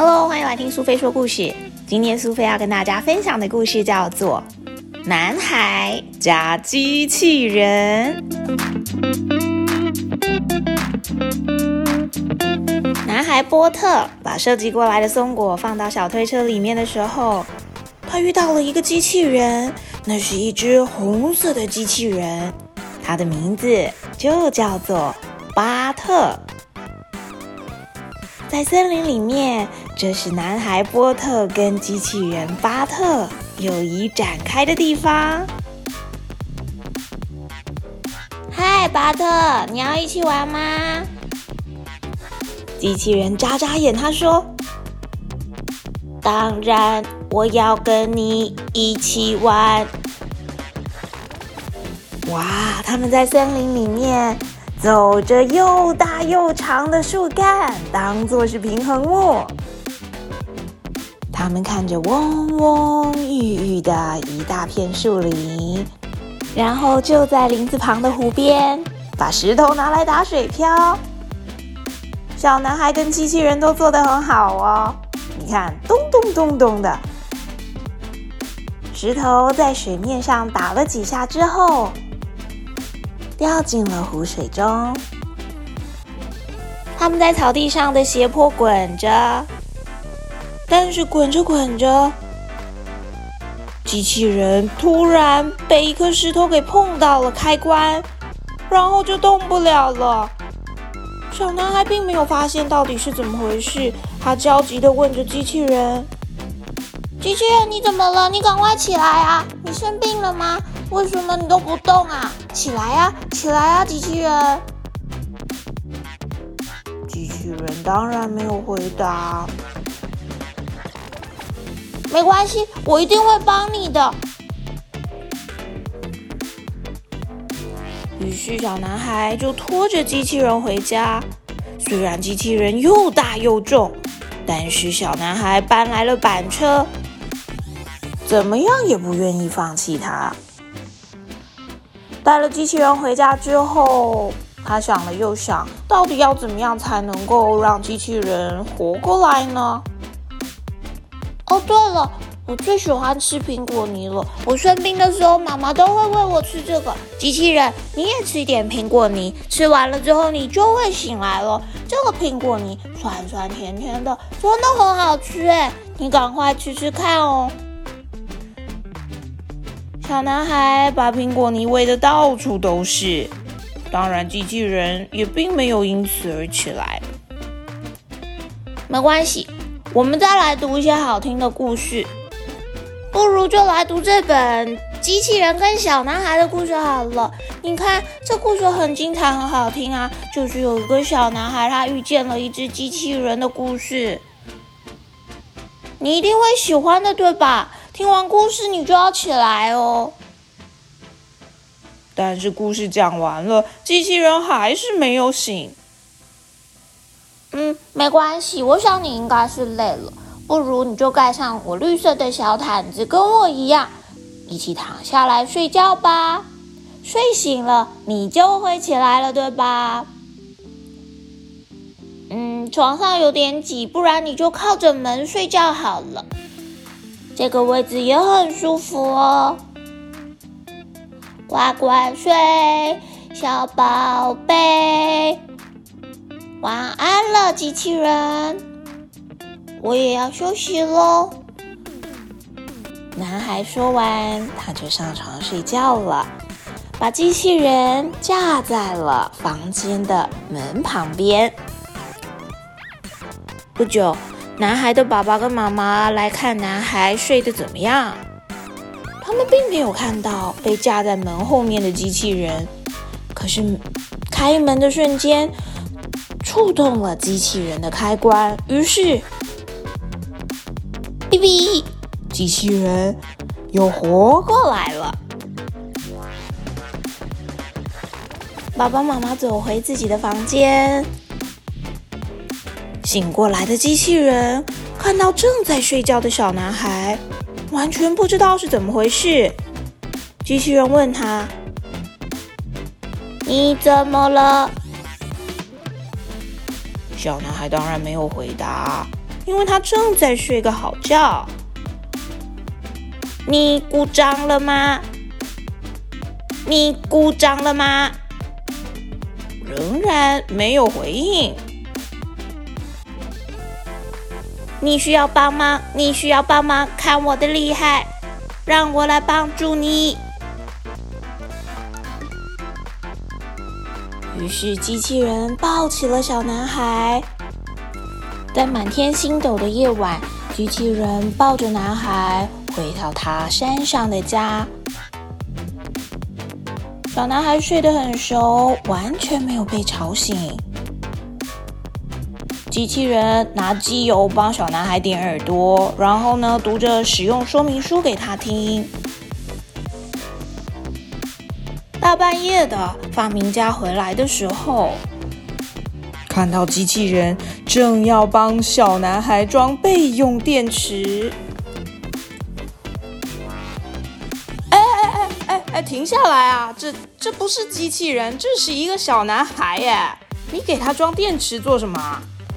Hello， 欢迎来听苏菲说故事。今天苏菲要跟大家分享的故事叫做《男孩加机器人》。男孩波特把设计过来的松果放到小推车里面的时候，他遇到了一个机器人，那是一只红色的机器人，它的名字就叫做巴特。在森林里面，这是男孩波特跟机器人巴特友谊展开的地方。嗨，巴特，你要一起玩吗？机器人眨眨眼，他说：当然，我要跟你一起玩。哇，他们在森林里面走着又大又长的树干，当作是平衡木。他们看着嗡嗡郁郁的一大片树林，然后就在林子旁的湖边，把石头拿来打水漂。小男孩跟机器人都做得很好哦，你看，咚咚咚咚的，石头在水面上打了几下之后，掉进了湖水中。他们在草地上的斜坡滚着，但是滚着滚着，机器人突然被一颗石头给碰到了开关，然后就动不了了。小男孩并没有发现到底是怎么回事，他焦急地问着机器人：机器人，你怎么了？你赶快起来啊！你生病了吗？为什么你都不动啊？起来啊，起来啊，机器人！机器人当然没有回答。没关系，我一定会帮你的。于是小男孩就拖着机器人回家。虽然机器人又大又重，但是小男孩搬来了板车，怎么样也不愿意放弃它。带了机器人回家之后，他想了又想，到底要怎么样才能够让机器人活过来呢？哦，对了，我最喜欢吃苹果泥了。我生病的时候，妈妈都会喂我吃这个。机器人，你也吃一点苹果泥，吃完了之后你就会醒来了。这个苹果泥酸酸甜甜的，真的很好吃耶！你赶快吃吃看哦。小男孩把苹果泥喂得到处都是，当然机器人也并没有因此而起来。没关系，我们再来读一些好听的故事。不如就来读这本机器人跟小男孩的故事好了。你看，这故事很精彩，很好听啊，就是有一个小男孩，他遇见了一只机器人的故事。你一定会喜欢的，对吧？听完故事你就要起来哦。但是故事讲完了，机器人还是没有醒。没关系，我想你应该是累了。不如你就盖上我绿色的小毯子，跟我一样，一起躺下来睡觉吧。睡醒了，你就会起来了，对吧？床上有点挤，不然你就靠着门睡觉好了。这个位置也很舒服哦。乖乖睡，小宝贝。晚安了，机器人。我也要休息咯。男孩说完，他就上床睡觉了，把机器人架在了房间的门旁边。不久，男孩的爸爸跟妈妈来看男孩睡得怎么样。他们并没有看到被架在门后面的机器人，可是开门的瞬间触动了机器人的开关，于是哔哔，机器人又活过来了。爸爸妈妈走回自己的房间，醒过来的机器人看到正在睡觉的小男孩，完全不知道是怎么回事。机器人问他：你怎么了？小男孩当然没有回答， 因为他正在睡个好觉。你鼓掌了吗？你鼓掌了吗？仍然没有回应。你需要帮忙，你需要帮忙，看我的厉害，让我来帮助你。于是机器人抱起了小男孩。在满天星斗的夜晚，机器人抱着男孩回到他山上的家。小男孩睡得很熟，完全没有被吵醒。机器人拿机油帮小男孩点耳朵，然后呢，读着使用说明书给他听。大半夜的，发明家回来的时候，看到机器人正要帮小男孩装备用电池。停下来啊！这不是机器人，这是一个小男孩耶！你给他装电池做什么？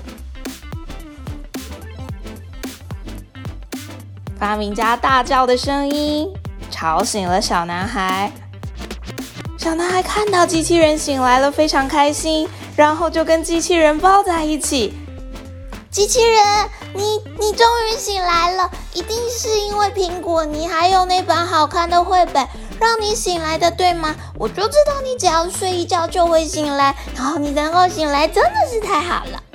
发明家大叫的声音吵醒了小男孩。小男孩看到机器人醒来了，非常开心，然后就跟机器人抱在一起。 机器人，你终于醒来了，一定是因为苹果泥还有那本好看的绘本让你醒来的，对吗？我就知道你只要睡一觉就会醒来，然后你能够醒来真的是太好了。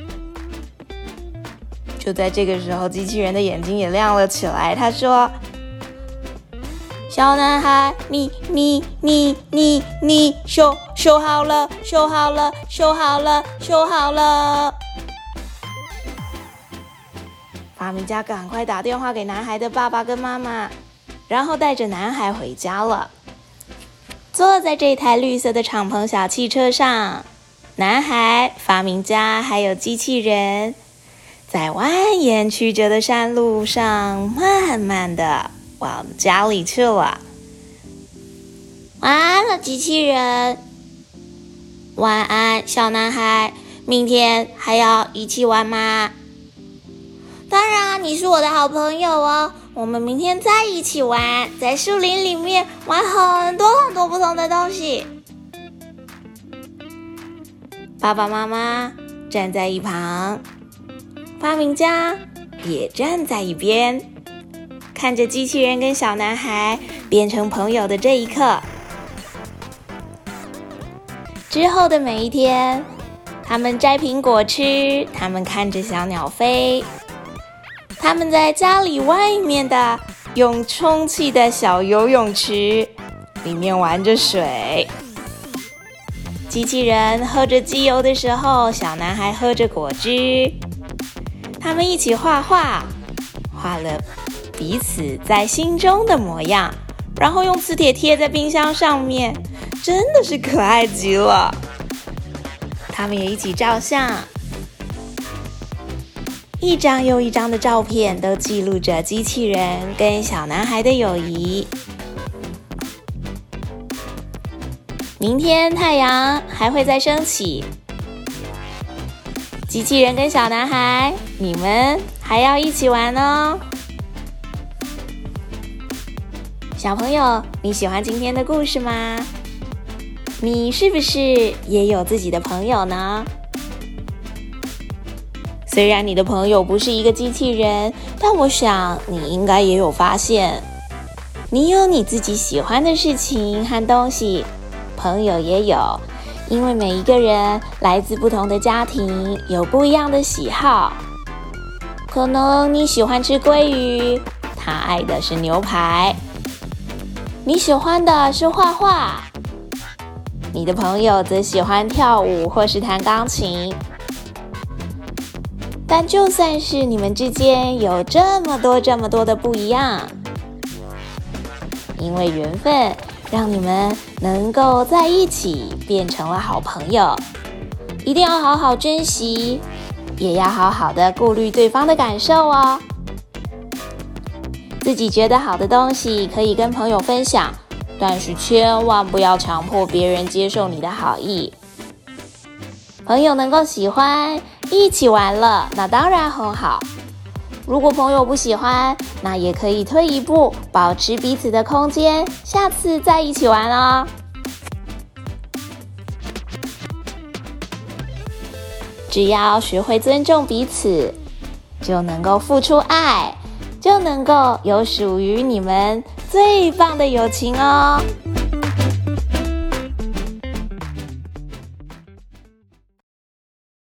就在这个时候，机器人的眼睛也亮了起来。他说：“小男孩，你修好了，修好了，修好了，修好了。”发明家赶快打电话给男孩的爸爸跟妈妈，然后带着男孩回家了。坐在这台绿色的敞篷小汽车上，男孩、发明家还有机器人在蜿蜒曲折的山路上慢慢的往家里去了。 晚安了，机器人。晚安，小男孩。明天还要一起玩吗？当然，你是我的好朋友哦。我们明天再一起玩，在树林里面玩很多很多不同的东西。 爸爸妈妈站在一旁，发明家也站在一边，看着机器人跟小男孩变成朋友的这一刻。之后的每一天，他们摘苹果吃，他们看着小鸟飞，他们在家里外面的用充气的小游泳池里面玩着水。机器人喝着机油的时候，小男孩喝着果汁。他们一起画画，画了彼此在心中的模样，然后用磁铁贴在冰箱上面，真的是可爱极了。他们也一起照相，一张又一张的照片都记录着机器人跟小男孩的友谊。明天太阳还会再升起，机器人跟小男孩，你们还要一起玩哦。小朋友，你喜欢今天的故事吗？你是不是也有自己的朋友呢？虽然你的朋友不是一个机器人，但我想你应该也有发现，你有你自己喜欢的事情和东西，朋友也有，因为每一个人来自不同的家庭，有不一样的喜好。可能你喜欢吃鲑鱼，他爱的是牛排。你喜欢的是画画，你的朋友则喜欢跳舞或是弹钢琴。但就算是你们之间有这么多的不一样，因为缘分让你们能够在一起变成了好朋友，一定要好好珍惜，也要好好的顾虑对方的感受哦。自己觉得好的东西可以跟朋友分享，但是千万不要强迫别人接受你的好意。朋友能够喜欢，一起玩了，那当然很好。 如果朋友不喜欢，那也可以退一步，保持彼此的空间，下次再一起玩哦。只要学会尊重彼此，就能够付出爱，就能够有属于你们最棒的友情哦。